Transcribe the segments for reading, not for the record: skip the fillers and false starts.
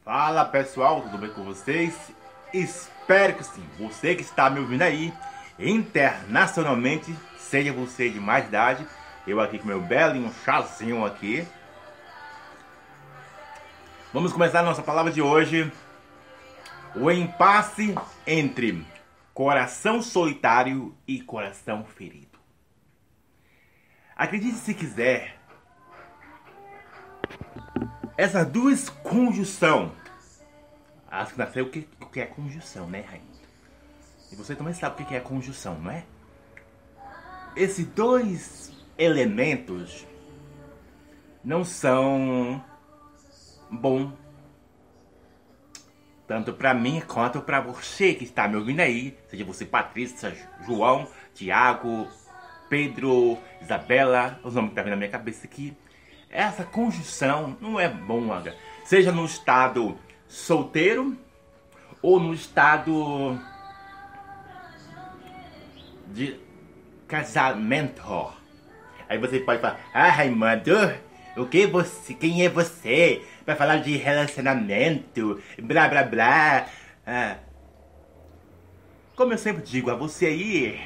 Fala pessoal, tudo bem com vocês? Espero que sim. Você que está me ouvindo aí, internacionalmente, seja você de mais idade, eu aqui com meu belo e um chazinho aqui. Vamos começar a nossa palavra de hoje. O impasse entre coração solitário e coração ferido. Acredite se quiser, essas duas conjunções. Acho que nasceu o que é conjunção, né, Rainha? E você também sabe o que é conjunção, não é? Esses dois elementos não são bons tanto para mim quanto para você que está me ouvindo aí, seja você Patrícia, João, Tiago, Pedro, Isabela, os nomes que estão vindo na minha cabeça aqui. Essa conjunção não é boa, seja no estado solteiro ou no estado de casamento. Aí você pode falar: ah, Raimundo, o que você, quem é você para falar de relacionamento, blá blá blá. Como eu sempre digo a você aí,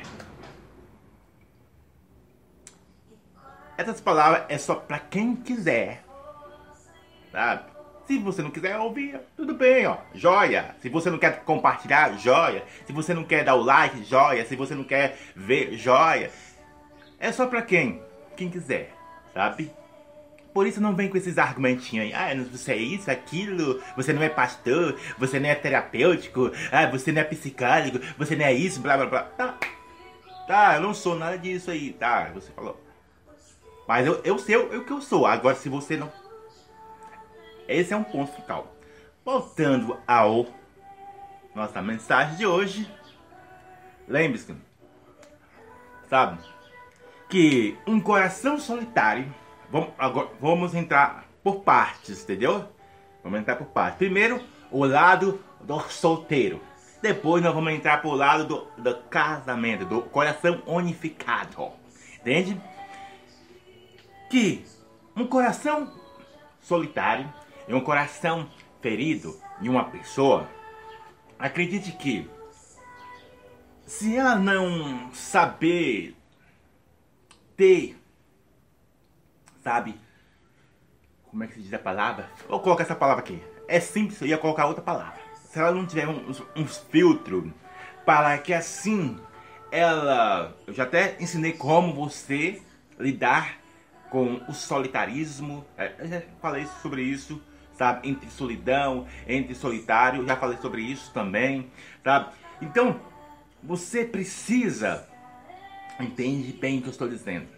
essas palavras é só para quem quiser, sabe? Se você não quiser ouvir, tudo bem, ó, joia. Se você não quer compartilhar, joia. Se você não quer dar o like, joia. Se você não quer ver, joia. É só pra quem quiser, sabe? Por isso não vem com esses argumentinhos aí. Ah, você é isso, aquilo. Você não é pastor. Você não é terapêutico. Ah, você não é psicólogo. Você não é isso, blá blá blá. Tá, eu não sou nada disso aí, tá? Você falou. Mas eu sei o que eu sou. Agora, se você não... Esse é um ponto vital. Voltando ao nossa mensagem de hoje. Lembre-se, sabe, que um coração solitário... Vamos entrar por partes, entendeu? Vamos entrar por partes. Primeiro, o lado do solteiro. Depois nós vamos entrar pro lado do casamento, do coração unificado. Entende? Que um coração solitário e um coração ferido em uma pessoa, acredite que se ela não saber ter, sabe, como é que se diz a palavra? Vou colocar essa palavra aqui. É simples, eu ia colocar outra palavra. Se ela não tiver uns filtros para que assim ela... Eu já até ensinei como você lidar com o solitarismo. Eu já falei sobre isso, sabe? Entre solidão, entre solitário. Já falei sobre isso também, sabe? Então, você precisa... Entende bem o que eu estou dizendo.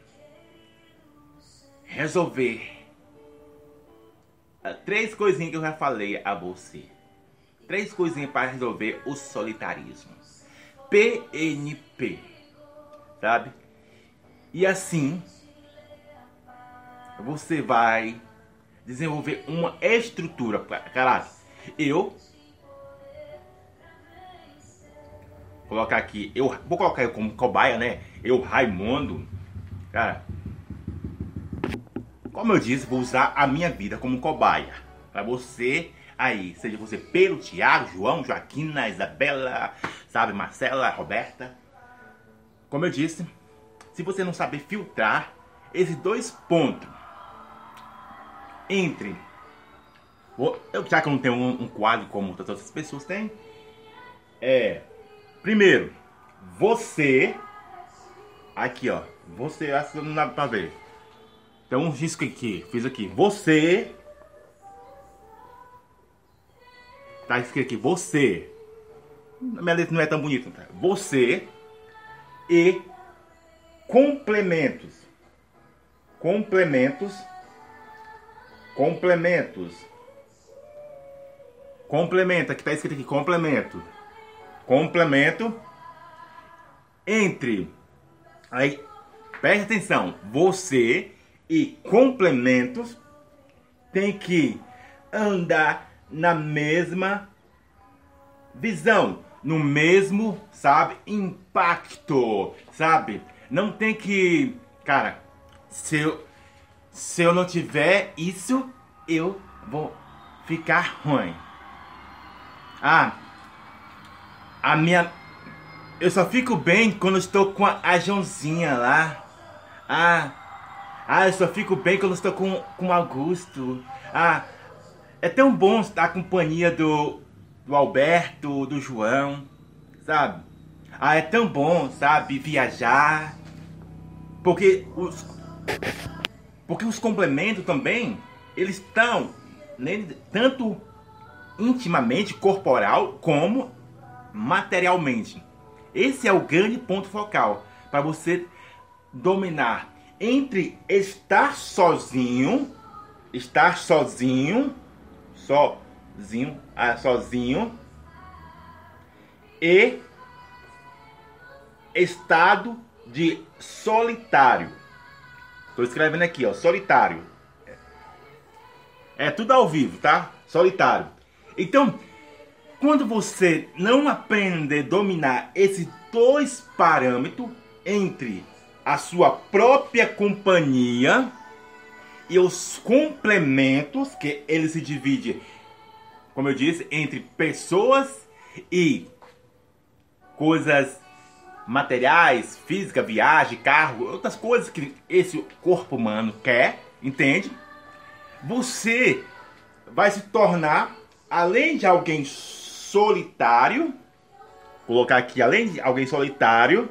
Resolver 3 coisinhas que eu já falei a você. 3 coisinhas para resolver o solitarismo. PNP, sabe? E assim você vai desenvolver uma estrutura. Cara, eu colocar aqui, vou colocar eu como cobaia, né? Eu, Raimundo, cara, como eu disse, vou usar a minha vida como cobaia. Para você aí, seja você Pedro, Tiago, João, Joaquina, Isabela, sabe, Marcela, Roberta. Como eu disse, se você não saber filtrar esses 2 pontos entre... Já que eu não tenho um quadro como todas as pessoas têm. Primeiro, você... Aqui, ó. Você, acho que não dá pra ver. Tem um risco aqui, fiz aqui. Você... Tá escrito aqui, você. Minha letra não é tão bonita. Tá? Você e complementos. Complementos. Complementos. Complemento, aqui tá escrito aqui, complemento. Complemento entre... Aí, preste atenção. Você e complementos tem que andar na mesma visão, no mesmo, sabe, impacto, sabe? Não tem que, cara, se eu não tiver isso, eu vou ficar ruim. Ah, a minha... Eu só fico bem quando estou com a Joãozinha lá. Ah, eu só fico bem quando estou com o Augusto. Ah, é tão bom estar a companhia do Alberto, do João, sabe? Ah, é tão bom, sabe, viajar. Porque os complementos também, eles estão tanto intimamente, corporal, como materialmente. Esse é o grande ponto focal para você dominar entre estar sozinho, sozinho e estado de solitário. Estou escrevendo aqui, ó, solitário. É tudo ao vivo, tá? Solitário. Então, quando você não aprender a dominar esses dois parâmetros entre a sua própria companhia e os complementos, que ele se divide, como eu disse, entre pessoas e coisas materiais, física, viagem, carro, outras coisas que esse corpo humano quer, entende? Você vai se tornar, além de alguém solitário, colocar aqui, além de alguém solitário,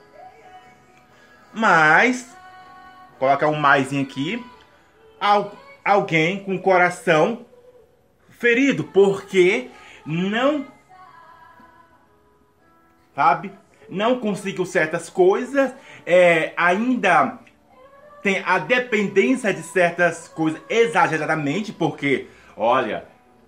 mas, colocar um maisinho aqui, alguém com coração ferido, porque não, sabe, não conseguiu certas coisas, ainda tem a dependência de certas coisas exageradamente, porque, olha,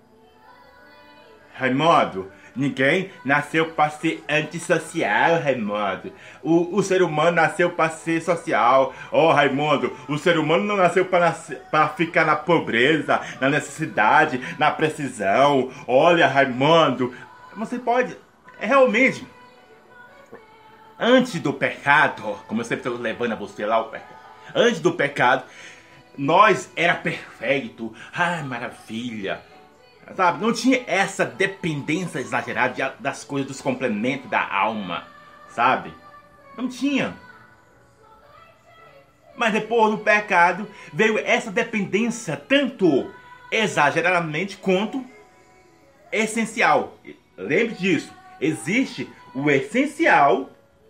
Raimundo, ninguém nasceu para ser antissocial, Raimundo. O ser humano nasceu para ser social. Oh, Raimundo, o ser humano não nasceu para ficar na pobreza, na necessidade, na precisão. Olha, Raimundo, você pode, realmente, antes do pecado, como eu sempre estou levando a você lá, antes do pecado, nós era perfeito. Ai, maravilha. Sabe, não tinha essa dependência exagerada das coisas, dos complementos da alma, sabe? Não tinha. Mas depois do pecado veio essa dependência tanto exageradamente quanto essencial. Lembre disso. Existe o essencial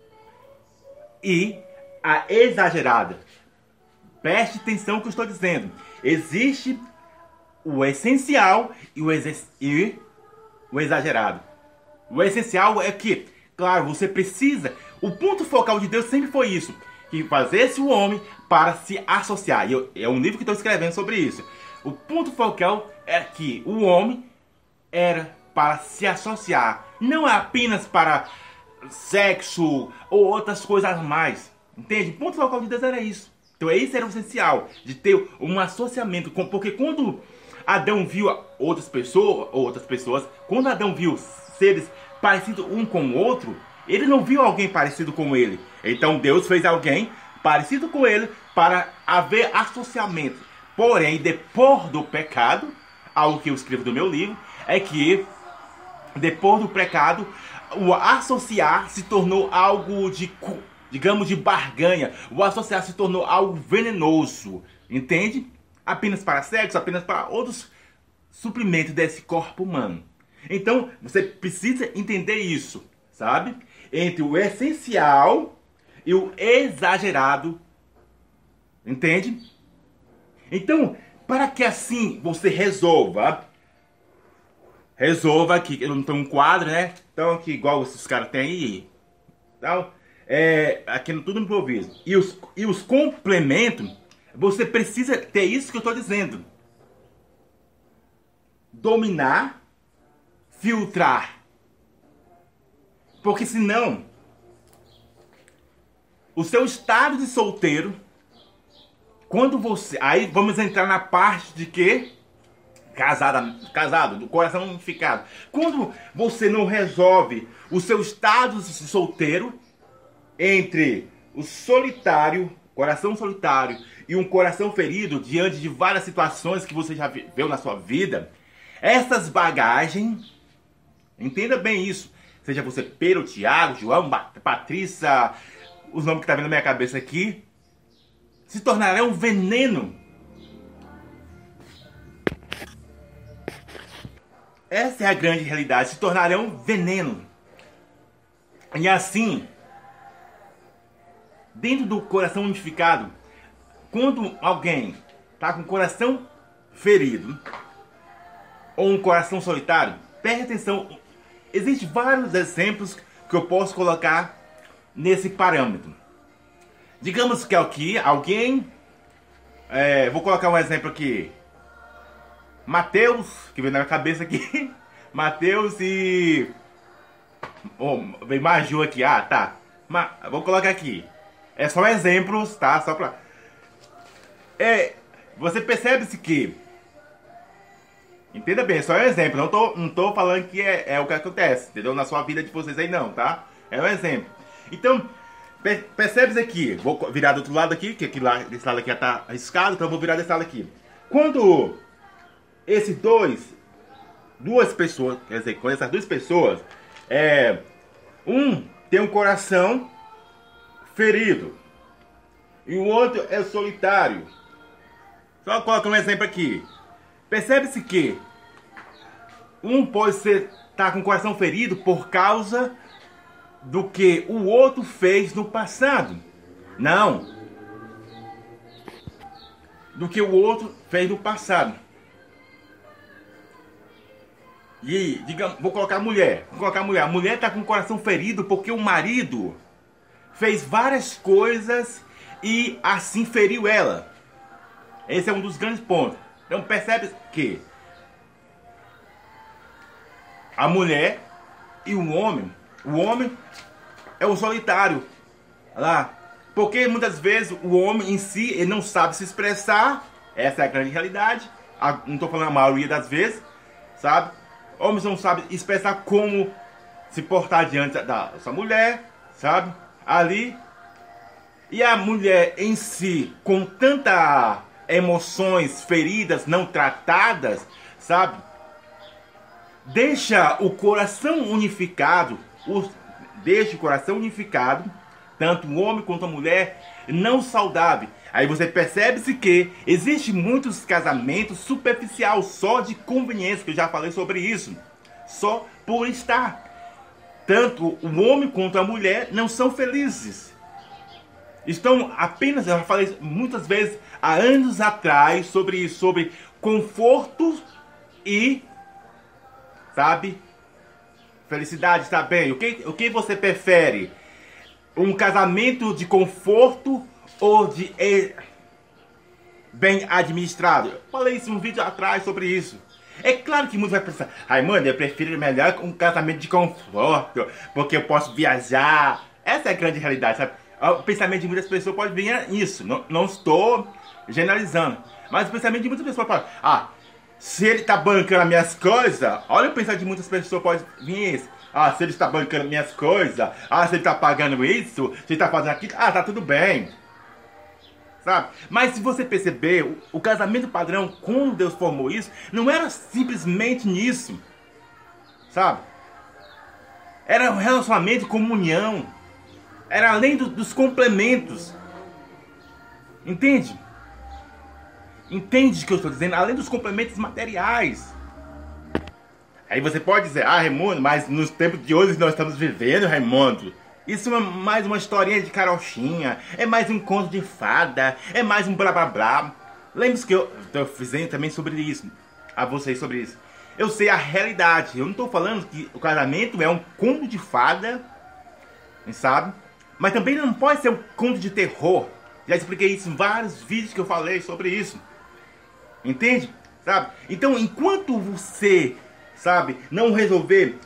e a exagerada. Preste atenção no que eu estou dizendo. Existe o essencial e o exagerado. O essencial é que, claro, você precisa... O ponto focal de Deus sempre foi isso. Que fazesse o homem para se associar. E é um livro que estou escrevendo sobre isso. O ponto focal é que o homem era para se associar. Não apenas para sexo ou outras coisas mais. Entende? O ponto focal de Deus era isso. Então esse era o essencial. De ter um associamento. Porque quando Adão viu outras pessoas, quando Adão viu seres parecidos um com o outro, ele não viu alguém parecido com ele. Então Deus fez alguém parecido com ele para haver associamento. Porém, depois do pecado, algo que eu escrevo no meu livro, é que depois do pecado, o associar se tornou algo de, digamos, de barganha. O associar se tornou algo venenoso. Entende? Apenas para sexo, apenas para outros suprimentos desse corpo humano. Então, você precisa entender isso, sabe? Entre o essencial e o exagerado. Entende? Então, para que assim você resolva aqui, eu não tenho um quadro, né? Então, aqui, igual esses caras têm aí. Então, aqui tudo improviso. E os complementos... Você precisa ter isso que eu estou dizendo. Dominar, filtrar. Porque senão, o seu estado de solteiro, quando você... Aí vamos entrar na parte de que? Casado, do coração unificado. Quando você não resolve o seu estado de solteiro, entre o solitário, coração solitário, e um coração ferido diante de várias situações que você já viveu na sua vida, essas bagagens Entenda bem isso. Seja você Pedro, Tiago, João, Patrícia, os nomes que estão vindo na minha cabeça aqui, se tornarão um veneno. Essa é a grande realidade, se tornarão um veneno. E assim, dentro do coração unificado, quando alguém está com o coração ferido, ou um coração solitário, preste atenção, existem vários exemplos que eu posso colocar nesse parâmetro. Digamos que aqui, alguém, vou colocar um exemplo aqui, Mateus, que veio na minha cabeça aqui, Mateus e... vem Maju aqui, tá, vou colocar aqui, é só exemplos, tá, só pra... você percebe-se que, entenda bem, é só um exemplo, não tô falando que é o que acontece, entendeu, na sua vida de vocês aí não, tá, é um exemplo. Então, percebe-se aqui, vou virar do outro lado aqui, que desse lado aqui já tá arriscado, então eu vou virar desse lado aqui. Quando esses duas pessoas, quer dizer, quando essas duas pessoas, um tem um coração ferido e o outro é solitário. Só coloca um exemplo aqui. Percebe-se que um pode estar com o coração ferido por causa do que o outro fez no passado. Não. Do que o outro fez no passado. E, digamos, vou colocar a mulher. A mulher está com o coração ferido porque o marido fez várias coisas e assim feriu ela. Esse é um dos grandes pontos. Então percebe que a mulher e o homem é o solitário. Lá. Porque muitas vezes o homem em si ele não sabe se expressar. Essa é a grande realidade. Não estou falando a maioria das vezes, sabe? Homens não sabem expressar como se portar diante da sua mulher, sabe? Ali. E a mulher em si, com tanta emoções feridas, não tratadas, sabe? Deixa o coração unificado, tanto o homem quanto a mulher, não saudável. Aí você percebe-se que existe muitos casamentos superficial, só de conveniência, que eu já falei sobre isso. Só por estar. Tanto o homem quanto a mulher não são felizes. Estão apenas, eu já falei muitas vezes, há anos atrás, sobre isso, sobre conforto e, sabe, felicidade, está bem? O que você prefere? Um casamento de conforto ou de bem administrado? Eu falei isso em um vídeo atrás sobre isso. É claro que muitos vai pensar, Raimundo, eu prefiro melhor um casamento de conforto, porque eu posso viajar. Essa é a grande realidade, sabe? O pensamento de muitas pessoas pode vir isso. Não estou generalizando. Mas o pensamento de muitas pessoas pode falar, se ele está bancando as minhas coisas, olha o pensamento de muitas pessoas pode vir isso. Se ele está bancando minhas coisas, se ele está pagando isso, se ele está fazendo aquilo, tá tudo bem. Sabe? Mas se você perceber, o casamento padrão, quando Deus formou isso, não era simplesmente nisso. Sabe? Era um relacionamento de comunhão. Era além dos complementos. Entende? Entende o que eu estou dizendo? Além dos complementos materiais. Aí você pode dizer, Raimundo, mas nos tempos de hoje nós estamos vivendo, Raimundo. Isso é mais uma historinha de carochinha, é mais um conto de fada, é mais um blá blá blá. Lembre-se que eu fiz também sobre isso, a vocês sobre isso. Eu sei a realidade, eu não estou falando que o casamento é um conto de fada, sabe? Mas também não pode ser um conto de terror. Já expliquei isso em vários vídeos que eu falei sobre isso. Entende? Sabe? Então, enquanto você, sabe, não resolver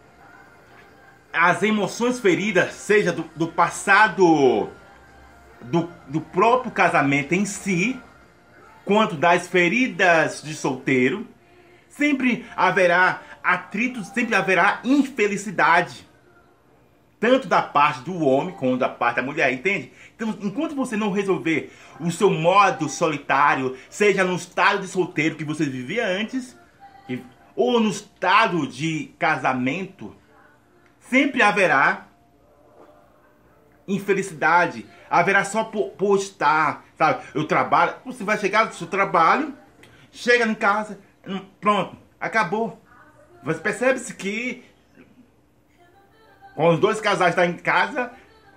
as emoções feridas, seja do passado do próprio casamento em si, quanto das feridas de solteiro, sempre haverá atritos, sempre haverá infelicidade. Tanto da parte do homem como da parte da mulher, entende? Então, enquanto você não resolver o seu modo solitário, seja no estado de solteiro que você vivia antes, ou no estado de casamento, sempre haverá infelicidade, haverá só por estar, sabe? Eu trabalho, você vai chegar do seu trabalho, chega em casa, pronto, acabou. Você percebe-se que quando os dois casais estão em casa,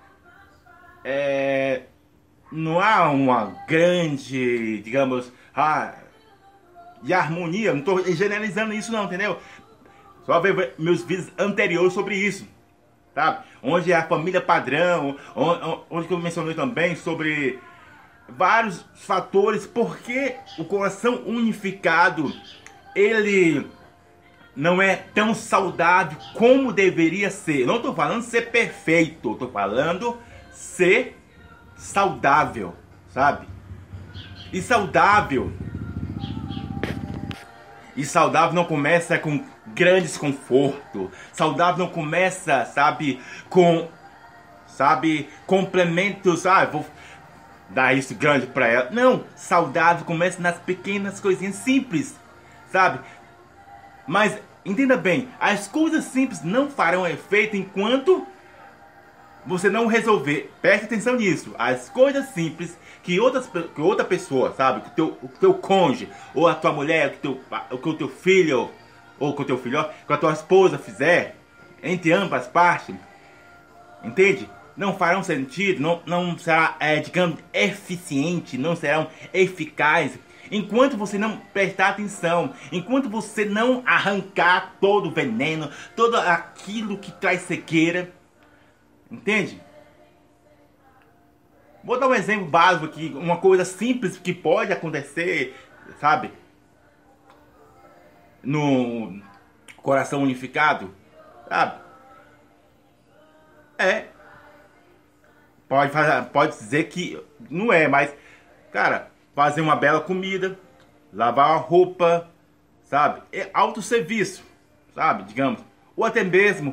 não há uma grande, digamos, de harmonia. Não estou generalizando isso não, entendeu? Só ver meus vídeos anteriores sobre isso, sabe? Onde é a família padrão, onde eu mencionei também sobre vários fatores, porque o coração unificado, ele não é tão saudável como deveria ser. Não estou falando ser perfeito, estou falando ser saudável, sabe? E saudável não começa com grande desconforto. Saudável não começa, sabe, com, complementos, vou dar isso grande pra ela. Não, saudável começa nas pequenas coisinhas simples, sabe? Mas entenda bem, as coisas simples não farão efeito enquanto você não resolver. Preste atenção nisso. As coisas simples que outra pessoa, sabe, que o teu cônjuge, ou a tua mulher, que o teu filho, ou que o teu filho, que a tua esposa fizer, entre ambas partes, entende? Não farão sentido, não será, digamos, eficiente, não serão eficazes, enquanto você não prestar atenção, enquanto você não arrancar todo o veneno, todo aquilo que traz cegueira, entende? Vou dar um exemplo básico aqui, uma coisa simples que pode acontecer, sabe? No coração unificado, sabe? Pode dizer que não é, mas, cara, fazer uma bela comida, lavar a roupa, sabe? É autosserviço, sabe? Digamos. Ou até mesmo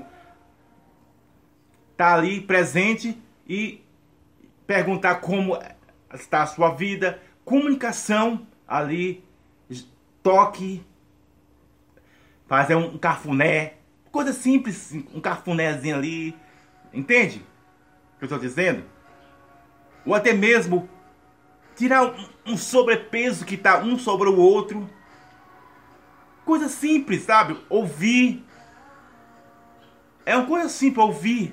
tá ali presente e perguntar como está a sua vida. Comunicação ali, toque, fazer um cafuné, coisa simples, um cafunézinho ali, entende o que eu estou dizendo? Ou até mesmo tirar um sobrepeso que está um sobre o outro, coisa simples, sabe? Ouvir, é uma coisa simples, ouvir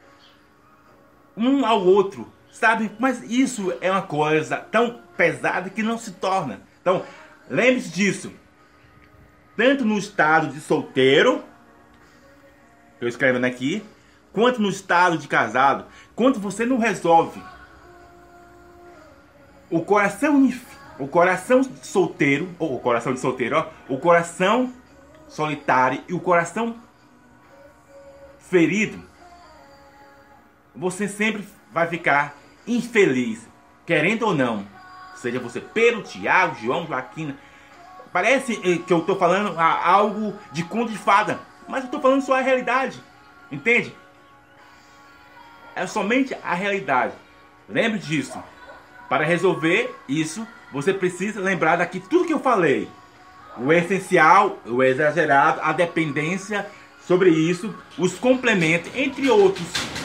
um ao outro, sabe? Mas isso é uma coisa tão pesada que não se torna. Então, lembre-se disso. Tanto no estado de solteiro, eu escrevendo aqui, quanto no estado de casado, quanto você não resolve o coração solteiro, ou o coração de solteiro, ó, o coração solitário e o coração ferido, você sempre vai ficar infeliz, querendo ou não. Seja você Pedro, Tiago, João, Joaquina. Parece que eu estou falando algo de conto de fada, mas eu estou falando só a realidade, entende? É somente a realidade. Lembre disso. Para resolver isso, você precisa lembrar daqui tudo que eu falei. O essencial, o exagerado, a dependência sobre isso, os complementos, entre outros.